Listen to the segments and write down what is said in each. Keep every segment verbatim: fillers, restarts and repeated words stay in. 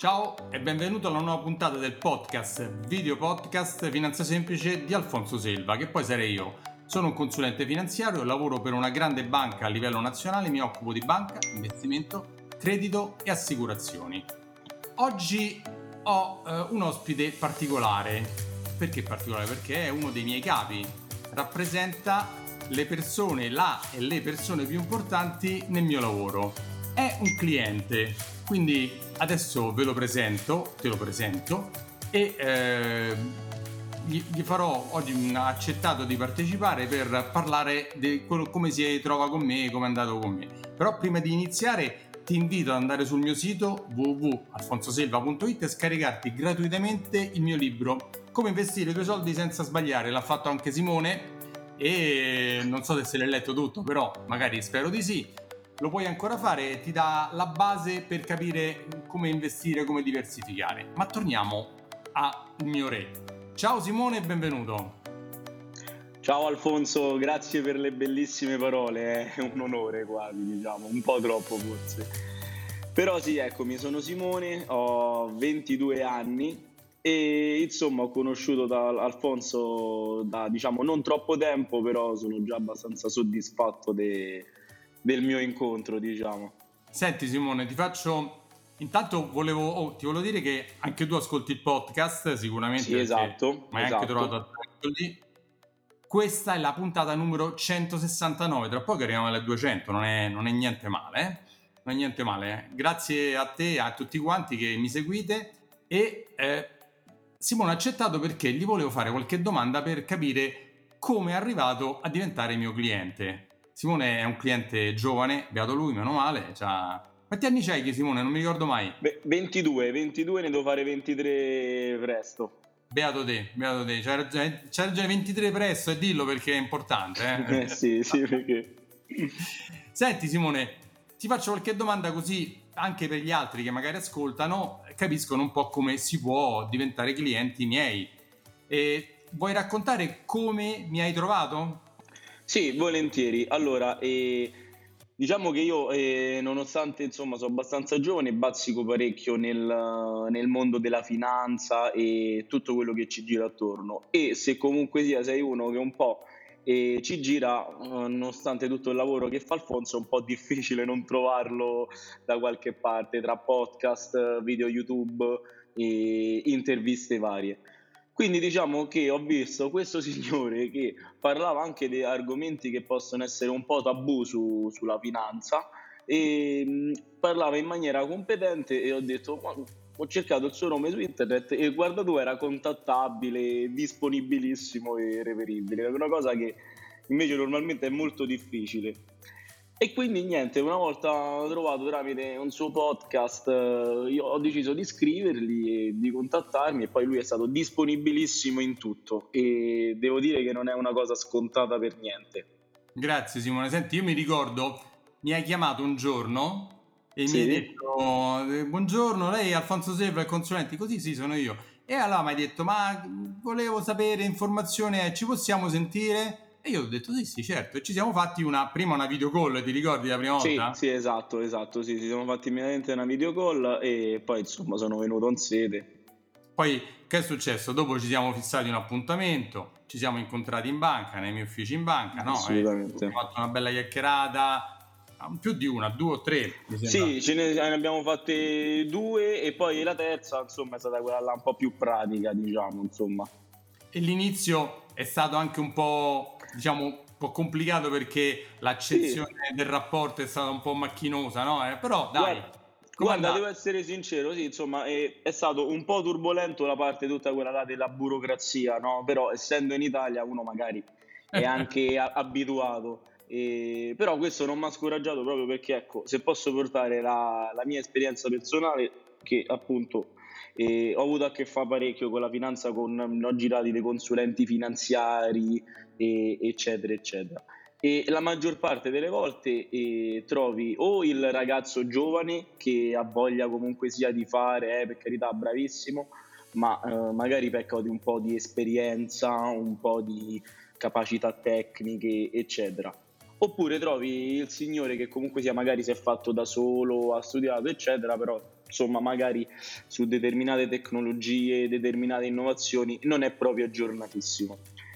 Ciao e benvenuto alla nuova puntata del podcast, video podcast Finanza Semplice di Alfonso Selva, che poi sarei io. Sono un consulente finanziario, lavoro per una grande banca a livello nazionale, mi occupo di banca, investimento, credito e assicurazioni. Oggi ho eh, un ospite particolare. Perché particolare? Perché è uno dei miei capi, rappresenta le persone, la e le persone più importanti nel mio lavoro. È un cliente, quindi adesso ve lo presento, te lo presento e eh, gli, gli farò oggi ha accettato di partecipare per parlare di come si trova con me, come è andato con me. Però prima di iniziare ti invito ad andare sul mio sito w w w punto alfonsoselva punto it e scaricarti gratuitamente il mio libro Come investire i tuoi soldi senza sbagliare. L'ha fatto anche Simone e non so se se l'hai letto tutto, però magari spero di sì. Lo puoi ancora fare, ti dà la base per capire come investire, come diversificare. Ma torniamo al mio re. Ciao Simone e benvenuto. Ciao Alfonso, grazie per le bellissime parole, è un onore quasi, diciamo, un po' troppo forse. Però sì, eccomi, sono Simone, ho ventidue anni e insomma ho conosciuto da Alfonso da, diciamo, non troppo tempo, però sono già abbastanza soddisfatto de, del mio incontro, diciamo. Senti Simone, ti faccio... Intanto volevo, oh, ti volevo dire che anche tu ascolti il podcast, sicuramente. Sì, esatto. Ma hai esatto. anche trovato attraverso lì. Questa è la puntata numero centosessantanove, tra poco arriviamo alle duecento, non è, non è niente male, eh? Non è niente male. Eh? Grazie a te e a tutti quanti che mi seguite. E eh, Simone ha accettato perché gli volevo fare qualche domanda per capire come è arrivato a diventare mio cliente. Simone è un cliente giovane, beato lui, meno male. C'ha... Quanti anni c'hai che Simone? Non mi ricordo mai. Beh, ventidue, ventidue, ne devo fare ventitré presto. Beato te, beato te. C'hai ragione, c'hai ragione ventitré presto e dillo perché è importante. Eh, eh sì, sì, perché... Senti Simone, ti faccio qualche domanda così anche per gli altri che magari ascoltano capiscono un po' come si può diventare clienti miei. E vuoi raccontare come mi hai trovato? Sì, volentieri. Allora, eh, diciamo che io, eh, nonostante insomma sono abbastanza giovane, bazzico parecchio nel, nel mondo della finanza e tutto quello che ci gira attorno. E se comunque sia sei uno che un po' eh, ci gira, eh, nonostante tutto il lavoro che fa Alfonso, è un po' difficile non trovarlo da qualche parte, tra podcast, video YouTube e interviste varie. Quindi diciamo che ho visto questo signore che parlava anche di argomenti che possono essere un po' tabù su, sulla finanza e mh, parlava in maniera competente e ho detto, ma, ho cercato il suo nome su internet e guarda tu, era contattabile, disponibilissimo e reperibile, è una cosa che invece normalmente è molto difficile. E quindi niente, una volta trovato tramite un suo podcast, eh, io ho deciso di scrivergli e di contattarmi e poi lui è stato disponibilissimo in tutto e devo dire che non è una cosa scontata per niente. Grazie Simone. Senti, io mi ricordo, mi hai chiamato un giorno e Sì? mi hai detto eh, buongiorno, lei è Alfonso Selva, il consulente, così sì, sono io. E allora mi hai detto, ma volevo sapere informazioni, eh, ci possiamo sentire? E io ho detto sì, sì, certo. E ci siamo fatti una, prima una video call, ti ricordi la prima Sì, volta? sì, esatto, esatto, sì, ci siamo fatti immediatamente una video call e poi insomma sono venuto in sede. Poi che è successo? Dopo ci siamo fissati un appuntamento, ci siamo incontrati in banca, nei miei uffici in banca, no? Assolutamente. E abbiamo fatto una bella chiacchierata, più di una, due o tre, mi sembra. Sì, ce ne, ne abbiamo fatte due e poi la terza, insomma, è stata quella là un po' più pratica, diciamo, insomma. E l'inizio è stato anche un po', diciamo, un po' complicato perché l'accezione sì. del rapporto è stata un po' macchinosa, no? Eh, però dai. Guarda, guarda devo essere sincero, sì, insomma, è, è stato un po' turbolento la parte tutta quella là della burocrazia, no? Però essendo in Italia uno magari è anche a- abituato. E, però questo non mi ha scoraggiato proprio perché, ecco, se posso portare la, la mia esperienza personale, che appunto eh, ho avuto a che fare parecchio con la finanza, con ne ho girati dei consulenti finanziari, e, eccetera, eccetera. E la maggior parte delle volte eh, trovi o il ragazzo giovane che ha voglia comunque sia di fare, eh, per carità, bravissimo, ma eh, magari pecca di un po' di esperienza, un po' di capacità tecniche, eccetera. Oppure trovi il signore che comunque sia magari si è fatto da solo, ha studiato, eccetera, però insomma magari su determinate tecnologie, determinate innovazioni non è proprio aggiornatissimo.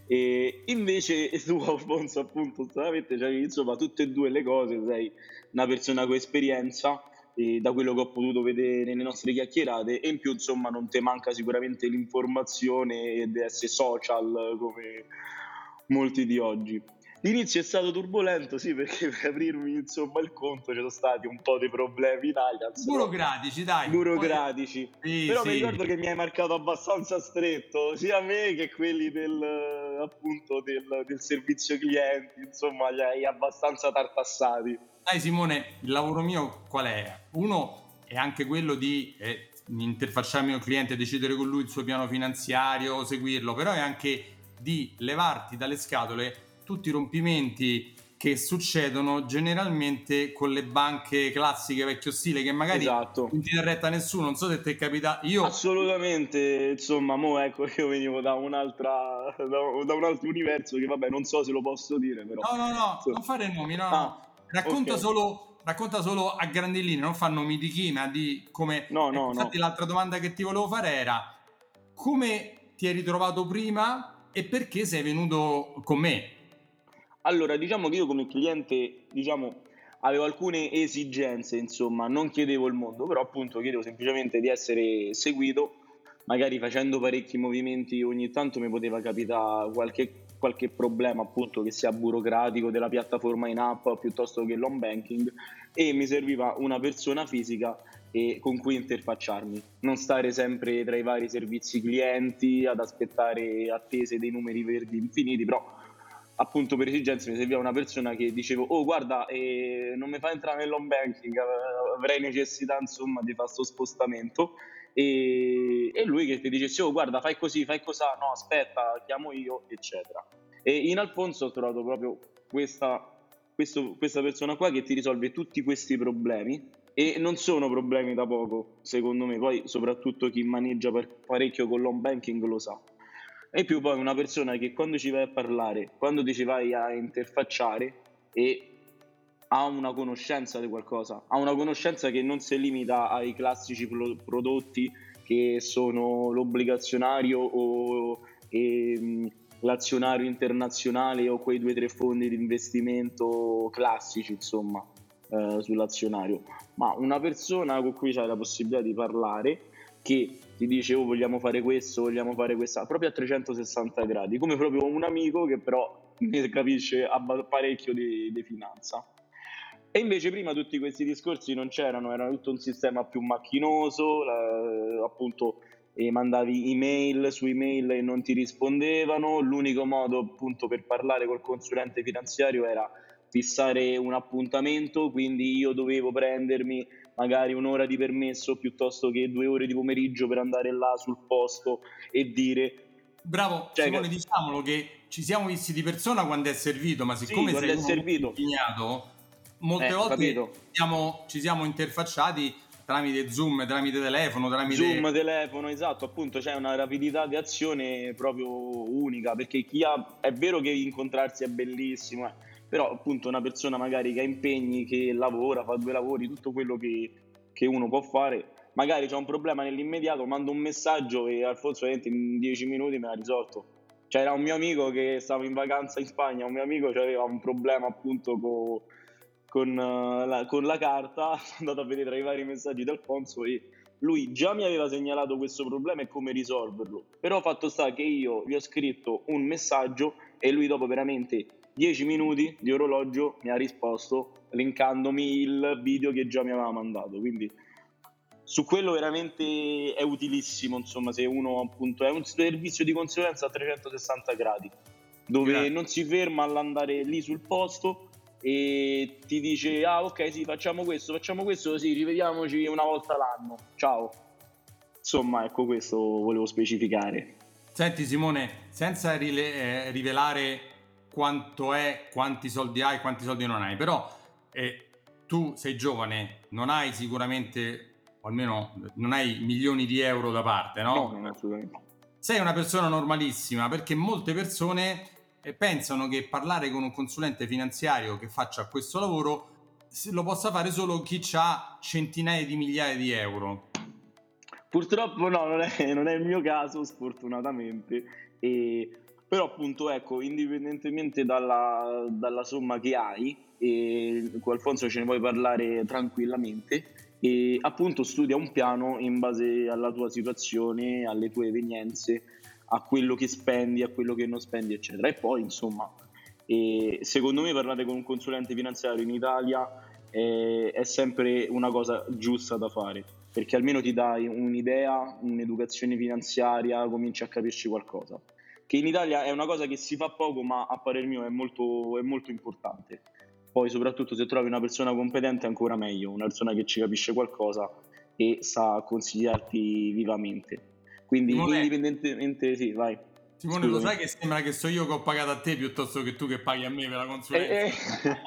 E invece tu Alfonso appunto stranamente c'hai insomma tutte e due le cose, sei una persona con esperienza e da quello che ho potuto vedere nelle nostre chiacchierate e in più insomma non te manca sicuramente l'informazione ed essere social come molti di oggi. L'inizio è stato turbolento, sì, perché per aprirmi insomma il conto ci sono stati un po' dei problemi in Allianz, però Burocratici, dai. Poi burocratici. sì, Però mi sì. ricordo che mi hai marcato abbastanza stretto, sia me che quelli del appunto del, del servizio clienti, insomma, li hai abbastanza tartassati. Sai Simone, il lavoro mio qual è? Uno è anche quello di eh, interfacciarmi con il cliente, decidere con lui il suo piano finanziario, seguirlo, però è anche di levarti dalle scatole tutti i rompimenti che succedono generalmente con le banche classiche vecchio stile che magari Esatto. non ti dà retta nessuno, non so se ti è capitato. Io Assolutamente, insomma, mo ecco, io venivo da un'altra, da, da un altro universo che vabbè, non so se lo posso dire, però. no, no, no, insomma. non fare nomi, no, no. Ah, Racconta ok. solo, racconta solo a grandi linee, non fa nomi di chi, ma di come. No, Ecco, no, infatti no. l'altra domanda che ti volevo fare era come ti hai ritrovato prima e perché sei venuto con me? Allora, diciamo che io come cliente, diciamo, avevo alcune esigenze, insomma, non chiedevo il mondo, però appunto chiedevo semplicemente di essere seguito, magari facendo parecchi movimenti, ogni tanto mi poteva capitare qualche, qualche problema, appunto, che sia burocratico della piattaforma in app piuttosto che l'home banking, e mi serviva una persona fisica e con cui interfacciarmi, non stare sempre tra i vari servizi clienti ad aspettare attese dei numeri verdi infiniti, però appunto per esigenze mi serviva una persona che dicevo oh guarda eh, non mi fa entrare nell'home banking, eh, avrei necessità insomma di fare questo spostamento e, e lui che ti dicesse oh guarda fai così, fai così, no aspetta chiamo io eccetera. E in Alfonso ho trovato proprio questa, questo, questa persona qua che ti risolve tutti questi problemi e non sono problemi da poco secondo me, poi soprattutto chi maneggia per parecchio con l'home banking lo sa. E in più poi una persona che quando ci vai a parlare, quando ti ci vai a interfacciare e ha una conoscenza di qualcosa, ha una conoscenza che non si limita ai classici pro- prodotti che sono l'obbligazionario o ehm, l'azionario internazionale o quei due o tre fondi di investimento classici, insomma, eh, sull'azionario, ma una persona con cui hai la possibilità di parlare che ti dice oh vogliamo fare questo, vogliamo fare questa, proprio a trecentosessanta gradi, come proprio un amico che però ne capisce abba- parecchio di, di finanza. E invece prima tutti questi discorsi non c'erano, era tutto un sistema più macchinoso, la- appunto e mandavi email su email e non ti rispondevano, l'unico modo appunto per parlare col consulente finanziario era fissare un appuntamento, quindi io dovevo prendermi magari un'ora di permesso piuttosto che due ore di pomeriggio per andare là sul posto e dire Bravo cioè, Simone, diciamolo che ci siamo visti di persona quando è servito, ma sì, siccome quando sei è uno molto servito, impegnato, molte eh, ho volte capito. siamo- ci siamo interfacciati tramite Zoom, tramite telefono, tramite. Zoom, telefono, esatto, appunto c'è una rapidità di azione proprio unica, perché chi ha, è vero che incontrarsi è bellissimo, eh, però appunto una persona magari che ha impegni, che lavora, fa due lavori, tutto quello che, che uno può fare, magari c'è un problema nell'immediato, mando un messaggio e Alfonso ovviamente in dieci minuti me l'ha risolto. C'era un mio amico che stava in vacanza in Spagna, un mio amico aveva un problema appunto co- con, eh, la, con la carta, sono andato a vedere tra i vari messaggi di Alfonso e lui già mi aveva segnalato questo problema e come risolverlo, però fatto sta che io gli ho scritto un messaggio e lui dopo veramente dieci minuti di orologio mi ha risposto linkandomi il video che già mi aveva mandato, quindi su quello veramente è utilissimo, insomma, se uno appunto è un servizio di consulenza a trecentosessanta gradi, dove Grazie. non si ferma all'andare lì sul posto e ti dice ah ok sì facciamo questo, facciamo questo, sì rivediamoci una volta l'anno, ciao. Insomma ecco questo volevo specificare. Senti Simone, senza rile- eh, rivelare quanto è, quanti soldi hai, quanti soldi non hai, però eh, tu sei giovane, non hai sicuramente, o almeno non hai milioni di euro da parte, No, no? no, assolutamente. Sei una persona normalissima perché molte persone eh, pensano che parlare con un consulente finanziario che faccia questo lavoro lo possa fare solo chi ha centinaia di migliaia di euro. Purtroppo no, non è, non è il mio caso, sfortunatamente, e, però appunto ecco, indipendentemente dalla, dalla somma che hai, e con Alfonso ce ne puoi parlare tranquillamente, e appunto studia un piano in base alla tua situazione, alle tue evenienze, a quello che spendi, a quello che non spendi, eccetera. E poi insomma, e secondo me parlare con un consulente finanziario in Italia eh, è sempre una cosa giusta da fare, perché almeno ti dai un'idea, un'educazione finanziaria, cominci a capirci qualcosa. Che in Italia è una cosa che si fa poco, ma a parer mio è molto, è molto importante. Poi soprattutto se trovi una persona competente è ancora meglio, una persona che ci capisce qualcosa e sa consigliarti vivamente. Quindi Simone, indipendentemente, sì, vai. Simone, lo Scusami. sai che sembra che so io che ho pagato a te piuttosto che tu che paghi a me per la consulenza? Eh, eh.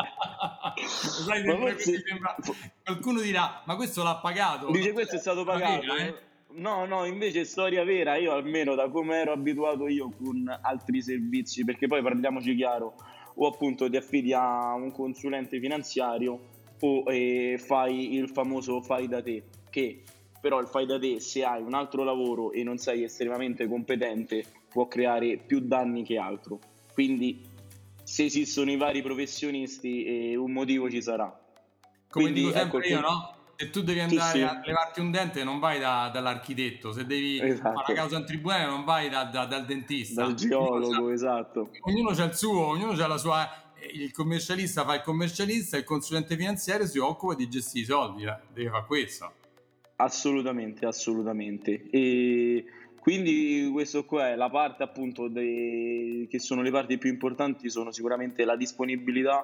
Lo sai, Ma sembra forse così, sembra... Qualcuno dirà, ma questo l'ha pagato? Non dice so questo è se stato è una vera, pagato. eh? No, no, invece è storia vera. Io almeno da come ero abituato io con altri servizi, perché poi parliamoci chiaro, o appunto ti affidi a un consulente finanziario o eh, fai il famoso fai da te, che però il fai da te, se hai un altro lavoro e non sei estremamente competente, può creare più danni che altro. Quindi se esistono i vari professionisti, eh, un motivo ci sarà. Come dico Quindi ecco il sempre io, con- no? Se tu devi sì, andare a sì, levarti un dente non vai da- dall'architetto, se devi fare una esatto, causa in tribunale non vai da- da- dal dal dentista. Ognuno geologo, c'ha, esatto. ognuno c'ha il suo, ognuno c'ha la sua... eh, Il commercialista fa il commercialista, il consulente finanziario si occupa di gestire i soldi, eh, deve fare questo. Assolutamente, assolutamente. E quindi questo qua è la parte appunto de- che sono le parti più importanti, sono sicuramente la disponibilità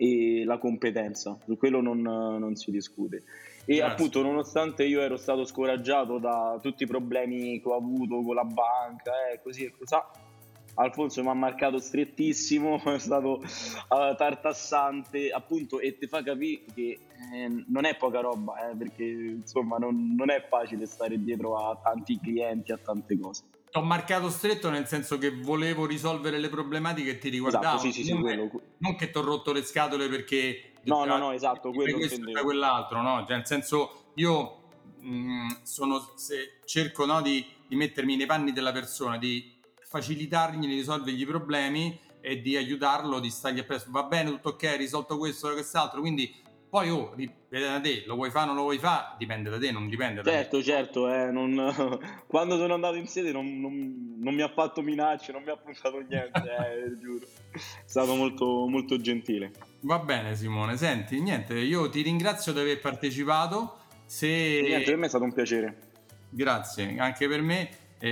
e la competenza, su quello non, non si discute. E Grazie. appunto nonostante io ero stato scoraggiato da tutti i problemi che ho avuto con la banca e eh, così e così, Alfonso mi ha marcato strettissimo, è stato uh, tartassante appunto e ti fa capire che eh, non è poca roba, eh, perché insomma non, non è facile stare dietro a tanti clienti, a tante cose. Ho marcato stretto nel senso che volevo risolvere le problematiche che ti Esatto, sì, riguardavano, sì, sì, non, quello. non che ti ho rotto le scatole perché No, no, ah, no, esatto, fai quello questo e fai intendevo. quell'altro, no? Cioè, nel senso, io mh, sono, se cerco, no, di, di mettermi nei panni della persona, di facilitargli, di risolvergli i problemi e di aiutarlo, di stargli appresso. Va bene, tutto ok, hai risolto questo e quest'altro, quindi poi, oh, dipende da te, lo vuoi fare o non lo vuoi fare, dipende da te, non dipende da me. Certo, certo, eh, non, quando sono andato in sede non, non- non mi ha fatto minacce, non mi ha puntato niente, eh, giuro. È stato molto, molto gentile. Va bene Simone, senti, niente, io ti ringrazio di aver partecipato, Niente, se... per me è stato un piacere. grazie anche per me,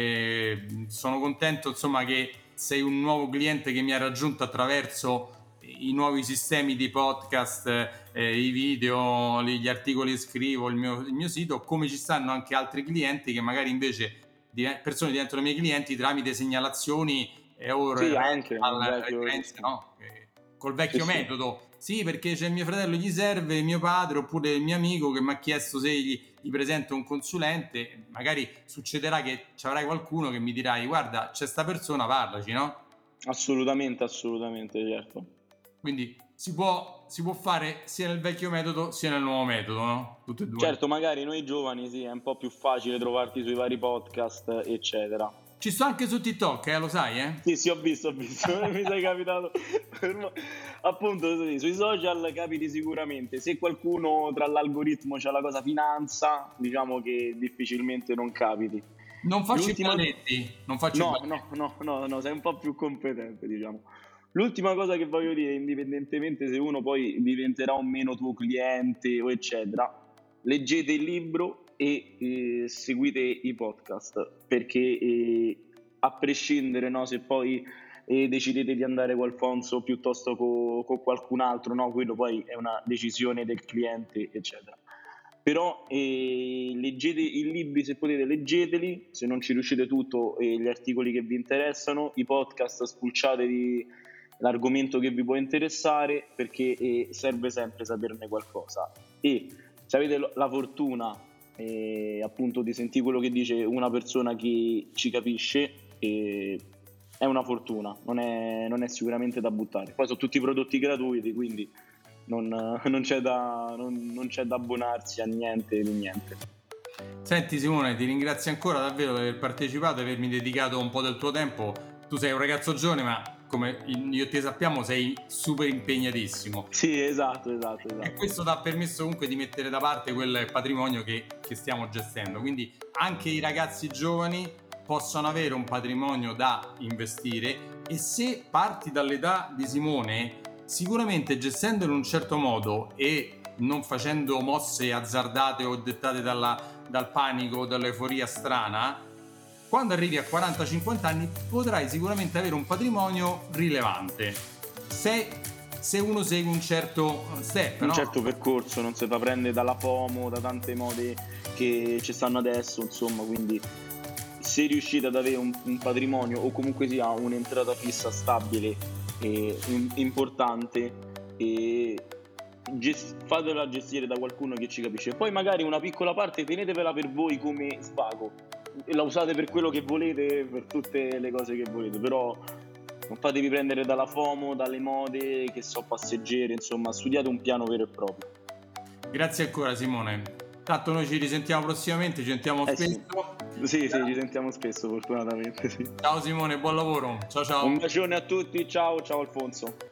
eh, sono contento insomma che sei un nuovo cliente che mi ha raggiunto attraverso i nuovi sistemi di podcast, eh, i video, gli articoli che scrivo, il mio, il mio sito, come ci stanno anche altri clienti che magari invece persone diventano miei clienti tramite segnalazioni e ora Sì, anche un al vecchio ricorrenze, registro. no? Eh, col Sì, vecchio sì, metodo, sì, perché c'è mio fratello, gli serve mio padre oppure il mio amico che mi ha chiesto se gli, gli presento un consulente, magari succederà che ci avrai qualcuno che mi dirai guarda c'è sta persona, parlaci, no? assolutamente, assolutamente, certo. Quindi si può, si può fare sia nel vecchio metodo sia nel nuovo metodo, no? Tutte e due. Certo, magari noi giovani sì, è un po' più facile trovarti sui vari podcast, eccetera. Ci sto anche su TikTok, eh, lo sai, eh? Sì, sì, ho visto, ho visto, mi sei capitato. Appunto, sì, sui social capiti sicuramente. Se qualcuno tra l'algoritmo c'ha la cosa finanza, diciamo che difficilmente non capiti. Non faccio i L'ultima... balletti, non faccio i No, balletti. no, no, no, no, sei un po' più competente, diciamo. L'ultima cosa che voglio dire, indipendentemente se uno poi diventerà o meno tuo cliente o eccetera, leggete il libro e eh, seguite i podcast, perché eh, a prescindere, no, se poi eh, decidete di andare con Alfonso piuttosto con co qualcun altro, no, quello poi è una decisione del cliente, eccetera. Però eh, leggete i libri, se potete leggeteli, se non ci riuscite tutto, eh, gli articoli che vi interessano, i podcast spulciatevi l'argomento che vi può interessare, perché eh, serve sempre saperne qualcosa. E se avete lo- la fortuna eh, appunto di sentire quello che dice una persona che ci capisce, eh, è una fortuna, non è, non è sicuramente da buttare. Poi sono tutti prodotti gratuiti, quindi non, non, c'è da, non, non c'è da abbonarsi a niente di niente. Senti Simone, ti ringrazio ancora davvero per aver partecipato e avermi dedicato un po' del tuo tempo. Tu sei un ragazzo giovane, ma come io e te sappiamo sei super impegnatissimo. Sì, esatto, esatto, esatto. E questo ti ha permesso comunque di mettere da parte quel patrimonio che, che stiamo gestendo. Quindi anche i ragazzi giovani possono avere un patrimonio da investire, e se parti dall'età di Simone, sicuramente gestendolo in un certo modo e non facendo mosse azzardate o dettate dalla, dal panico o dall'euforia strana, quando arrivi a quaranta cinquanta anni potrai sicuramente avere un patrimonio rilevante se, se uno segue un certo step, un no? certo percorso, non si fa prendere dalla FOMO, da tante mode che ci stanno adesso, insomma. Quindi se riuscite ad avere un, un patrimonio o comunque sia un'entrata fissa stabile e in, importante, e gest- fatela gestire da qualcuno che ci capisce. Poi magari una piccola parte tenetevela per voi come svago e la usate per quello che volete, per tutte le cose che volete, però non fatevi prendere dalla FOMO, dalle mode, che so, passeggere, insomma, studiate un piano vero e proprio. Grazie ancora Simone. Tanto noi ci risentiamo prossimamente, ci sentiamo Eh spesso. Sì, sì, sì, ci sentiamo spesso, fortunatamente, sì. Ciao Simone, buon lavoro. Ciao ciao. Un bacione a tutti, ciao, ciao Alfonso.